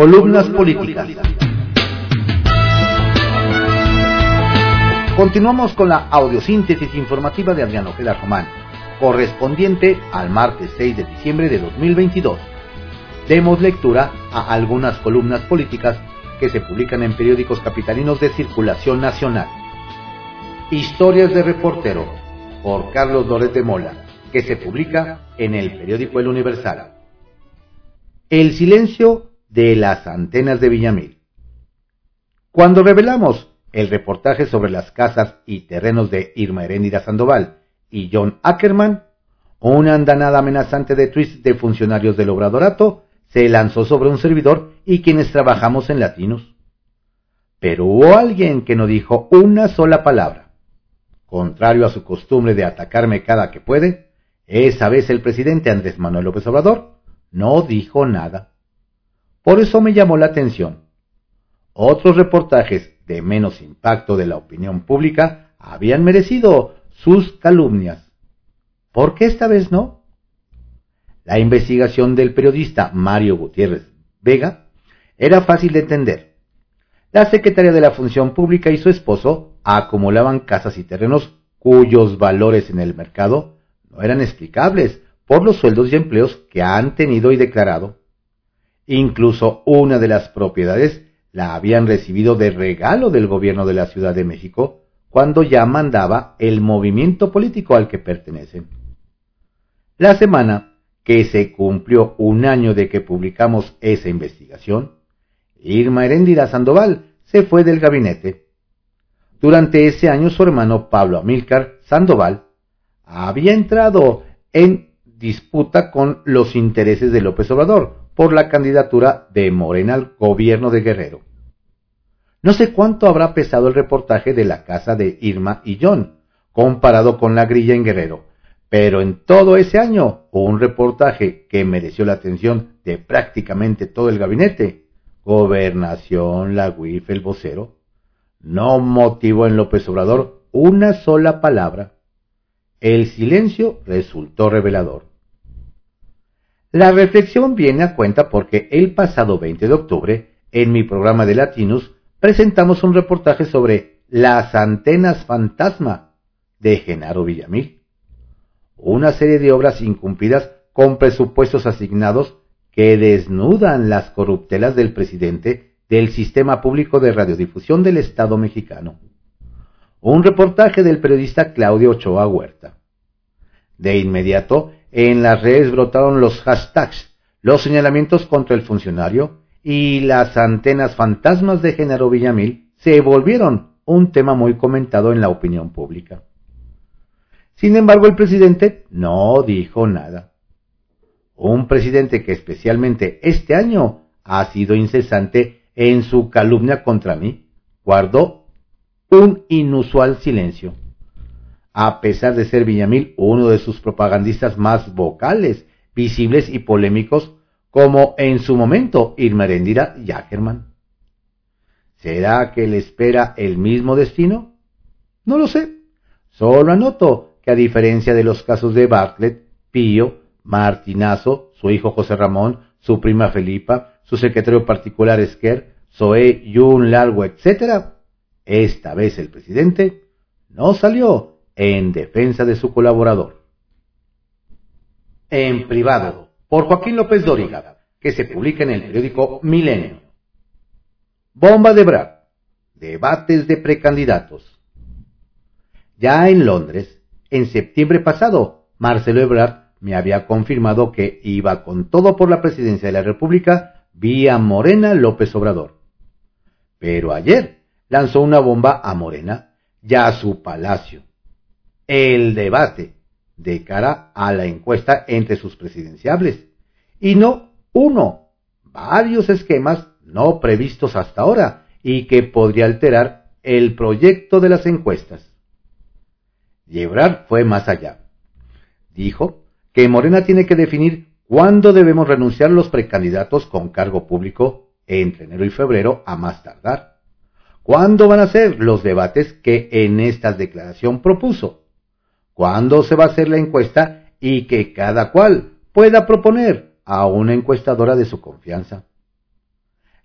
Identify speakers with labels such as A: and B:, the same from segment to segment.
A: Columnas políticas. Continuamos con la audiosíntesis informativa de Adrián Ojeda Román, correspondiente al martes 6 de diciembre de 2022. Demos lectura a algunas columnas políticas que se publican en periódicos capitalinos de circulación nacional. Historias de reportero, por Carlos Loret de Mola, que se publica en el periódico El Universal. El silencio de las antenas de Villamil. Cuando revelamos el reportaje sobre las casas y terrenos de Irma Heréndira Sandoval y John Ackerman, una andanada amenazante de tweets de funcionarios del Obradorato se lanzó sobre un servidor y quienes trabajamos en Latinos. Pero hubo alguien que no dijo una sola palabra. Contrario a su costumbre de atacarme cada que puede, esa vez el presidente Andrés Manuel López Obrador no dijo nada. Por eso me llamó la atención. Otros reportajes de menos impacto de la opinión pública habían merecido sus calumnias. ¿Por qué esta vez no? La investigación del periodista Mario Gutiérrez Vega era fácil de entender. La secretaria de la Función Pública y su esposo acumulaban casas y terrenos cuyos valores en el mercado no eran explicables por los sueldos y empleos que han tenido y declarado. Incluso una de las propiedades la habían recibido de regalo del gobierno de la Ciudad de México cuando ya mandaba el movimiento político al que pertenecen. La semana que se cumplió un año de que publicamos esa investigación, Irma Heréndira Sandoval se fue del gabinete. Durante ese año su hermano Pablo Amílcar Sandoval había entrado en disputa con los intereses de López Obrador por la candidatura de Morena al gobierno de Guerrero. No sé cuánto habrá pesado el reportaje de la casa de Irma y John, comparado con la grilla en Guerrero, pero en todo ese año un reportaje que mereció la atención de prácticamente todo el gabinete, Gobernación, la UIF, el vocero, no motivó en López Obrador una sola palabra. El silencio resultó revelador. La reflexión viene a cuenta porque el pasado 20 de octubre, en mi programa de Latinos, presentamos un reportaje sobre las antenas fantasma de Genaro Villamil, una serie de obras incumplidas con presupuestos asignados que desnudan las corruptelas del presidente del Sistema Público de Radiodifusión del Estado mexicano. Un reportaje del periodista Claudio Ochoa Huerta. De inmediato, en las redes brotaron los hashtags, los señalamientos contra el funcionario y las antenas fantasmas de Genaro Villamil se volvieron un tema muy comentado en la opinión pública. Sin embargo, el presidente no dijo nada. Un presidente que especialmente este año ha sido incesante en su calumnia contra mí, guardó un inusual silencio. A pesar de ser Villamil uno de sus propagandistas más vocales, visibles y polémicos, como en su momento Irma Heréndira y Ackerman. ¿Será que le espera el mismo destino? No lo sé. Solo anoto que a diferencia de los casos de Bartlett, Pío, Martinazo, su hijo José Ramón, su prima Felipa, su secretario particular Esquer, Zoé, Yun, Largo, etc., esta vez el presidente no salió en defensa de su colaborador. En privado, por Joaquín López Dóriga, que se publica en el periódico Milenio. Bomba de Ebrard. Debates de precandidatos. Ya en Londres, en septiembre pasado, Marcelo Ebrard me había confirmado que iba con todo por la presidencia de la República vía Morena López Obrador. Pero ayer lanzó una bomba a Morena, ya a su palacio. El debate de cara a la encuesta entre sus presidenciables. Y no uno, varios esquemas no previstos hasta ahora y que podría alterar el proyecto de las encuestas. Y Ebrard fue más allá. Dijo que Morena tiene que definir cuándo debemos renunciar los precandidatos con cargo público entre enero y febrero a más tardar. ¿Cuándo van a ser los debates que en esta declaración propuso? ¿Cuándo se va a hacer la encuesta y que cada cual pueda proponer a una encuestadora de su confianza?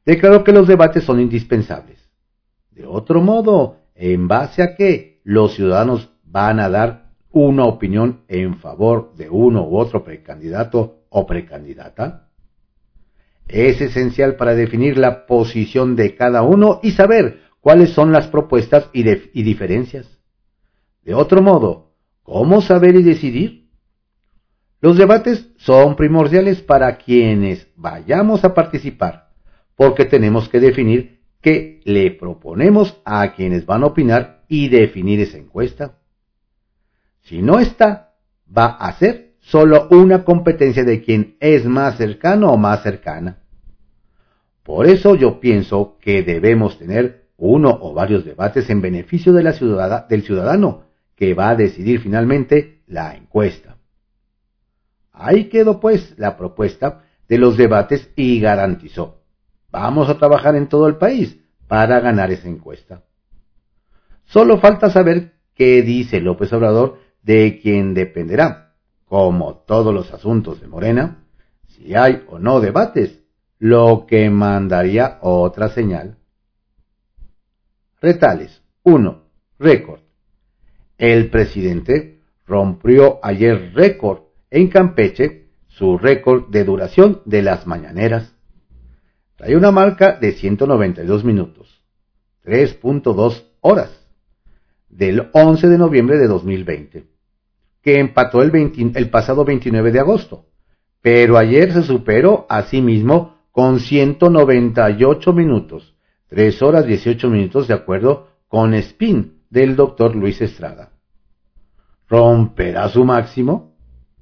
A: declaró que los debates son indispensables. De otro modo, ¿en base a qué los ciudadanos van a dar una opinión en favor de uno u otro precandidato o precandidata? Es esencial para definir la posición de cada uno y saber cuáles son las propuestas y diferencias. De otro modo, ¿cómo saber y decidir? Los debates son primordiales para quienes vayamos a participar, porque tenemos que definir qué le proponemos a quienes van a opinar y definir esa encuesta. Si no está, va a ser solo una competencia de quien es más cercano o más cercana. Por eso yo pienso que debemos tener uno o varios debates en beneficio de del ciudadano, que va a decidir finalmente la encuesta. Ahí quedó pues la propuesta de los debates y garantizó: vamos a trabajar en todo el país para ganar esa encuesta. Solo falta saber qué dice López Obrador, de quien dependerá, como todos los asuntos de Morena, si hay o no debates, lo que mandaría otra señal. Retales. 1. Récord. El presidente rompió ayer récord en Campeche, su récord de duración de las mañaneras. Trae una marca de 192 minutos, 3.2 horas, del 11 de noviembre de 2020, que empató el pasado 29 de agosto, pero ayer se superó a sí mismo con 198 minutos, 3 horas 18 minutos de acuerdo con Spin del Dr. Luis Estrada. ¿Romperá su máximo?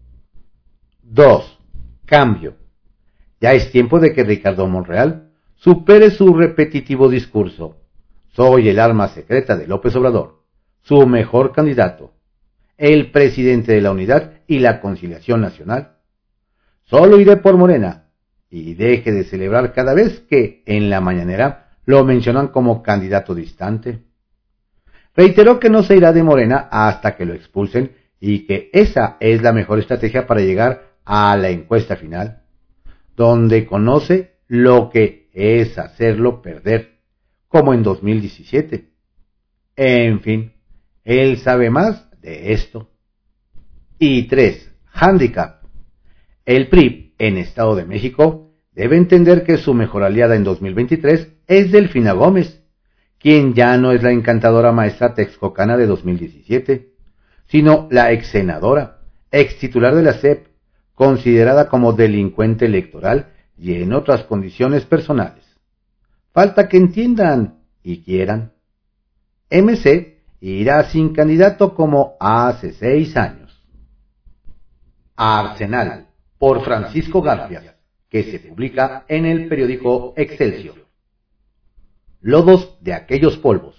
A: 2. Cambio. Ya es tiempo de que Ricardo Monreal supere su repetitivo discurso. Soy el arma secreta de López Obrador, su mejor candidato, el presidente de la unidad y la conciliación nacional. Solo iré por Morena, y deje de celebrar cada vez que en la mañanera lo mencionan como candidato distante. Reiteró que no se irá de Morena hasta que lo expulsen y que esa es la mejor estrategia para llegar a la encuesta final, donde conoce lo que es hacerlo perder, como en 2017. En fin, él sabe más de esto. Y 3. Handicap. El PRI en Estado de México debe entender que su mejor aliada en 2023 es Delfina Gómez, quien ya no es la encantadora maestra texcocana de 2017, sino la ex senadora, ex titular de la SEP, considerada como delincuente electoral y en otras condiciones personales. Falta que entiendan y quieran. MC irá sin candidato como hace 6 años. Arsenal, por Francisco García, que se publica en el periódico Excelsior. Lodos de aquellos polvos.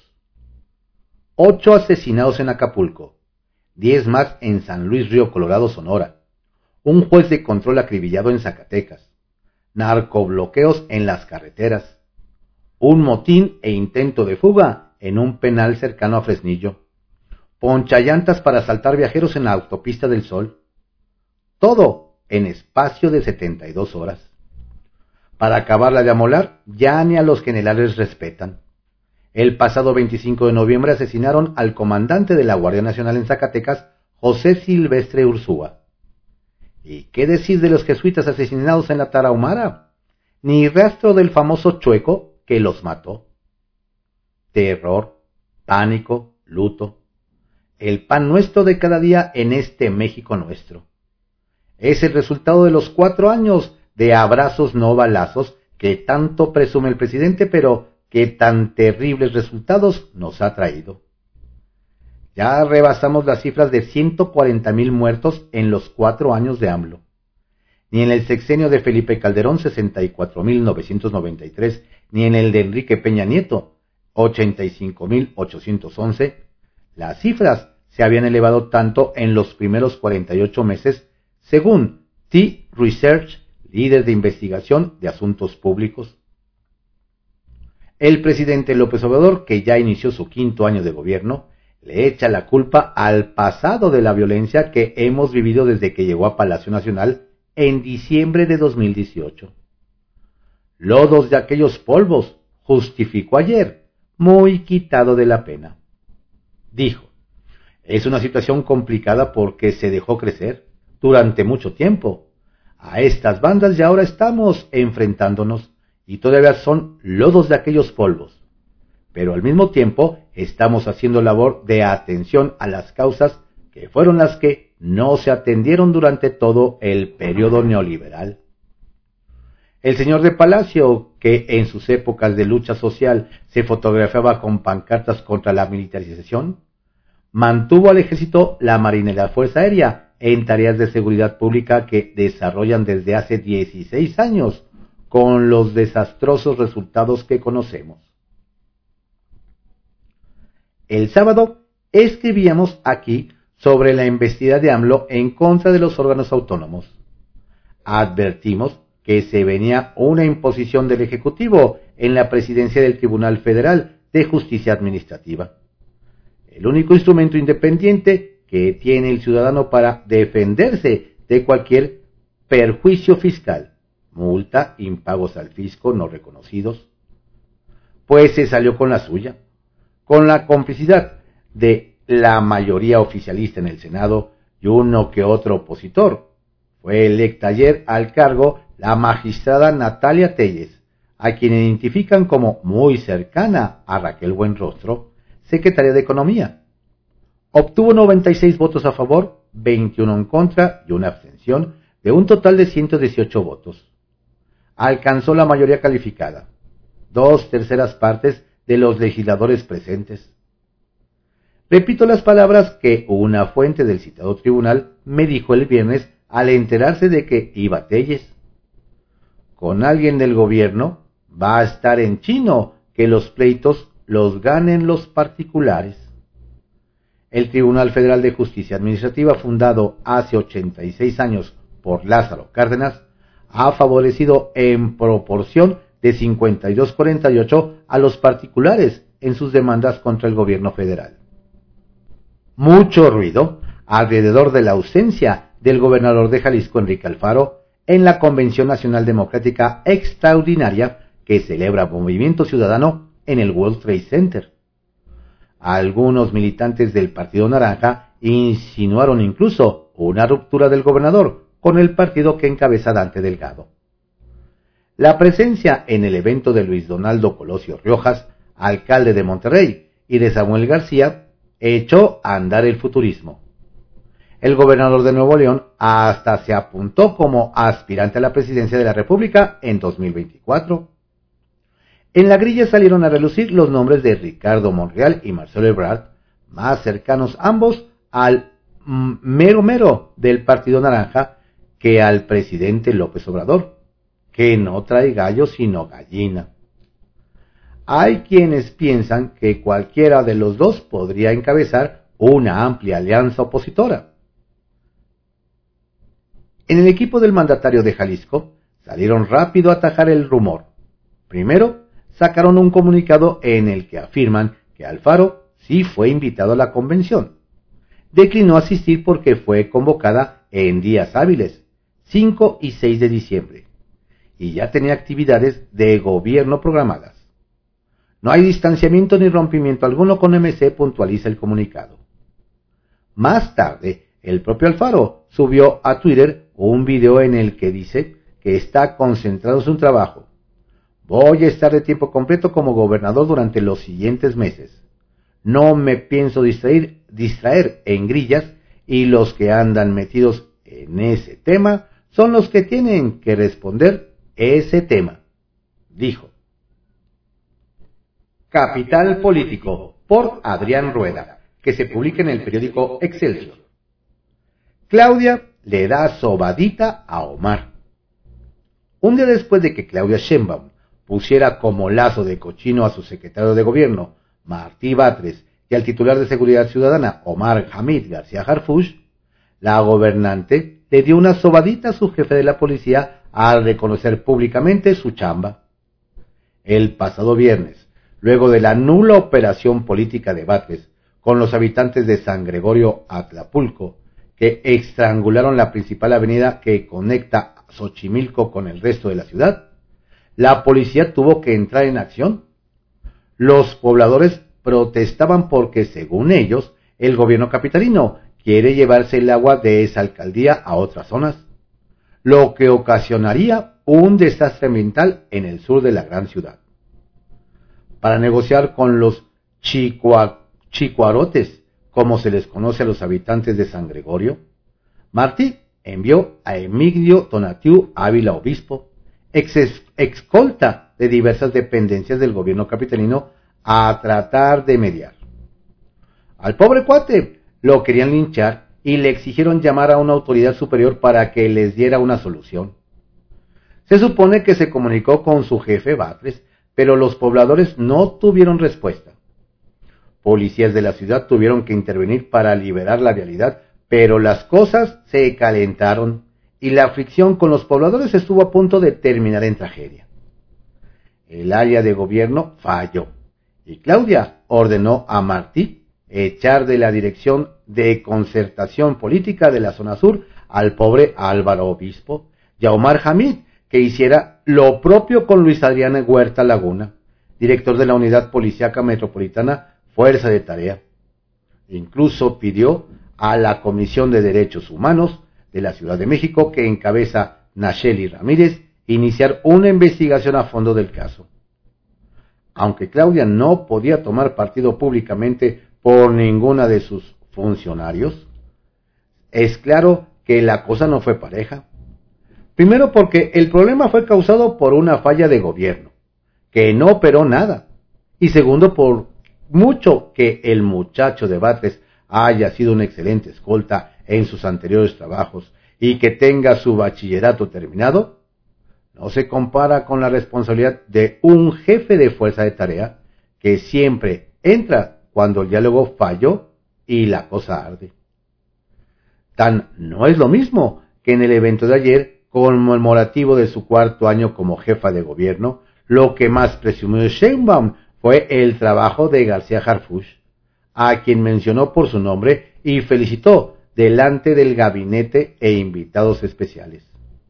A: 8 asesinados en Acapulco, 10 más en San Luis Río Colorado, Sonora. Un juez de control acribillado en Zacatecas. Narcobloqueos en las carreteras. Un motín e intento de fuga en un penal cercano a Fresnillo. Ponchallantas para asaltar viajeros en la autopista del Sol. Todo en espacio de 72 horas. Para acabarla de amolar, ya ni a los generales respetan. El pasado 25 de noviembre asesinaron al comandante de la Guardia Nacional en Zacatecas, José Silvestre Ursúa. ¿Y qué decir de los jesuitas asesinados en la Tarahumara? Ni rastro del famoso Chueco que los mató. Terror, pánico, luto. El pan nuestro de cada día en este México nuestro. Es el resultado de los 4 años de abrazos no balazos que tanto presume el presidente, pero que tan terribles resultados nos ha traído. Ya rebasamos las cifras de 140,000 muertos en los 4 años de AMLO. Ni en el sexenio de Felipe Calderón, 64,993, ni en el de Enrique Peña Nieto, 85,811, las cifras se habían elevado tanto en los primeros 48 meses, según T Research, líder de investigación de asuntos públicos. El presidente López Obrador, que ya inició su 5º año de gobierno, le echa la culpa al pasado de la violencia que hemos vivido desde que llegó a Palacio Nacional en diciembre de 2018. lodos de aquellos polvos, justificó ayer, muy quitado de la pena. Dijo, es una situación complicada porque se dejó crecer durante mucho tiempo. A estas bandas y ahora estamos enfrentándonos y todavía son lodos de aquellos polvos. Pero al mismo tiempo estamos haciendo labor de atención a las causas que fueron las que no se atendieron durante todo el periodo neoliberal. El señor de Palacio, que en sus épocas de lucha social se fotografiaba con pancartas contra la militarización, mantuvo al ejército, la marina y la fuerza aérea en tareas de seguridad pública que desarrollan desde hace 16 años, con los desastrosos resultados que conocemos. El sábado escribíamos aquí sobre la embestida de AMLO en contra de los órganos autónomos. Advertimos que se venía una imposición del Ejecutivo en la presidencia del Tribunal Federal de Justicia Administrativa, el único instrumento independiente que tiene el ciudadano para defenderse de cualquier perjuicio fiscal, multa, impagos al fisco no reconocidos. Pues se salió con la suya, con la complicidad de la mayoría oficialista en el Senado y uno que otro opositor. Fue electa ayer al cargo la magistrada Natalia Telles, a quien identifican como muy cercana a Raquel Buenrostro, secretaria de Economía. Obtuvo 96 votos a favor, 21 en contra y una abstención, de un total de 118 votos. Alcanzó la mayoría calificada, 2/3 partes de los legisladores presentes. Repito las palabras que una fuente del citado tribunal me dijo el viernes al enterarse de que iba Telles. Con alguien del gobierno va a estar en chino que los pleitos los ganen los particulares. El Tribunal Federal de Justicia Administrativa, fundado hace 86 años por Lázaro Cárdenas, ha favorecido en proporción de 52-48 a los particulares en sus demandas contra el gobierno federal. Mucho ruido alrededor de la ausencia del gobernador de Jalisco, Enrique Alfaro, en la Convención Nacional Democrática Extraordinaria que celebra Movimiento Ciudadano en el World Trade Center. Algunos militantes del Partido Naranja insinuaron incluso una ruptura del gobernador con el partido que encabeza Dante Delgado. La presencia en el evento de Luis Donaldo Colosio Riojas, alcalde de Monterrey, y de Samuel García, echó a andar el futurismo. El gobernador de Nuevo León hasta se apuntó como aspirante a la presidencia de la República en 2024. En la grilla salieron a relucir los nombres de Ricardo Monreal y Marcelo Ebrard, más cercanos ambos al mero del Partido Naranja que al presidente López Obrador, que no trae gallo sino gallina. Hay quienes piensan que cualquiera de los dos podría encabezar una amplia alianza opositora. En el equipo del mandatario de Jalisco salieron rápido a atajar el rumor. Primero, sacaron un comunicado en el que afirman que Alfaro sí fue invitado a la convención. Declinó asistir porque fue convocada en días hábiles, 5 y 6 de diciembre, y ya tenía actividades de gobierno programadas. No hay distanciamiento ni rompimiento alguno con MC, puntualiza el comunicado. Más tarde, el propio Alfaro subió a Twitter un video en el que dice que está concentrado en su trabajo. Voy a estar de tiempo completo como gobernador durante los siguientes meses. No me pienso distraer en grillas y los que andan metidos en ese tema son los que tienen que responder ese tema, dijo. Capital Político, por Adrián Rueda, que se publica en el periódico Excelsior. Claudia le da sobadita a Omar. Un día después de que Claudia Sheinbaum pusiera como lazo de cochino a su secretario de gobierno, Martí Batres, y al titular de Seguridad Ciudadana, Omar Hamid García Harfuch, la gobernante le dio una sobadita a su jefe de la policía al reconocer públicamente su chamba. El pasado viernes, luego de la nula operación política de Batres con los habitantes de San Gregorio a Tlapulco, que estrangularon la principal avenida que conecta Xochimilco con el resto de la ciudad, la policía tuvo que entrar en acción. Los pobladores protestaban porque, según ellos, el gobierno capitalino quiere llevarse el agua de esa alcaldía a otras zonas, lo que ocasionaría un desastre ambiental en el sur de la gran ciudad. Para negociar con los chicuarotes, como se les conoce a los habitantes de San Gregorio, Martí envió a Emigdio Donatiu Ávila, obispo, excolta de diversas dependencias del gobierno capitalino, a tratar de mediar. Al pobre cuate lo querían linchar y le exigieron llamar a una autoridad superior para que les diera una solución. Se supone que se comunicó con su jefe Batres, pero los pobladores no tuvieron respuesta. Policías de la ciudad tuvieron que intervenir para liberar la vialidad, pero las cosas se calentaron y la fricción con los pobladores estuvo a punto de terminar en tragedia. El área de gobierno falló y Claudia ordenó a Martí echar de la dirección de concertación política de la zona sur al pobre Álvaro Obispo y a Omar Hamid, que hiciera lo propio con Luis Adrián Huerta Laguna, director de la Unidad Policíaca Metropolitana Fuerza de Tarea. Incluso pidió a la Comisión de Derechos Humanos de la Ciudad de México, que encabeza Nacheli Ramírez, iniciar una investigación a fondo del caso. Aunque Claudia no podía tomar partido públicamente por ninguna de sus funcionarios, es claro que la cosa no fue pareja. Primero porque el problema fue causado por una falla de gobierno, que no operó nada. Y segundo, por mucho que el muchacho de Batres haya sido un excelente escolta en sus anteriores trabajos y que tenga su bachillerato terminado, no se compara con la responsabilidad de un jefe de fuerza de tarea que siempre entra cuando el diálogo falló y la cosa arde. Tan no es lo mismo que en el evento de ayer, conmemorativo de su 4º año como jefa de gobierno, lo que más presumió Sheinbaum fue el trabajo de García Harfuch, a quien mencionó por su nombre y felicitó delante del gabinete e invitados especiales.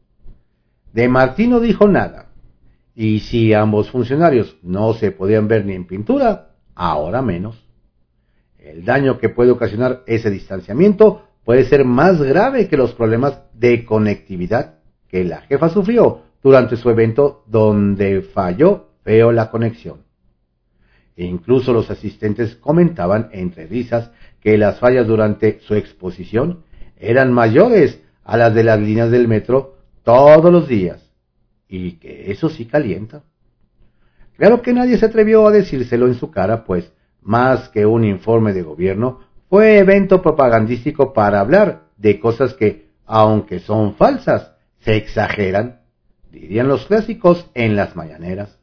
A: De Martí no dijo nada, y si ambos funcionarios no se podían ver ni en pintura, ahora menos. El daño que puede ocasionar ese distanciamiento puede ser más grave que los problemas de conectividad que la jefa sufrió durante su evento donde falló feo la conexión. E incluso los asistentes comentaban entre risas que las fallas durante su exposición eran mayores a las de las líneas del metro todos los días, y que eso sí calienta. Claro que nadie se atrevió a decírselo en su cara, pues más que un informe de gobierno, fue evento propagandístico para hablar de cosas que, aunque son falsas, se exageran, dirían los clásicos en las mañaneras.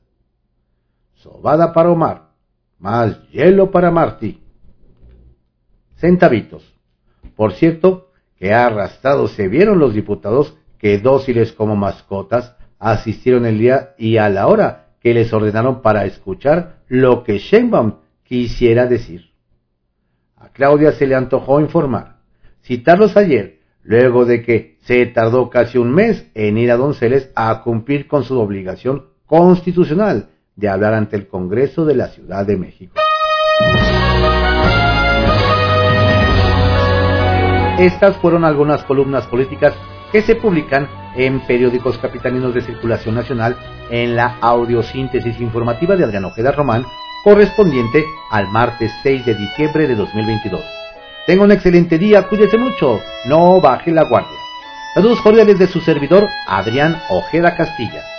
A: Sobada para Omar, más hielo para Martí. Centavitos. Por cierto, que arrastrados se vieron los diputados que, dóciles como mascotas, asistieron el día y a la hora que les ordenaron para escuchar lo que Sheinbaum quisiera decir. A Claudia se le antojó informar, citarlos ayer, luego de que se tardó casi un mes en ir a Donceles a cumplir con su obligación constitucional de hablar ante el Congreso de la Ciudad de México. Estas fueron algunas columnas políticas que se publican en periódicos capitalinos de circulación nacional en la audiosíntesis informativa de Adrián Ojeda Román, correspondiente al martes 6 de diciembre de 2022. Tenga un excelente día, cuídese mucho, no baje la guardia. Saludos cordiales de su servidor, Adrián Ojeda Castilla.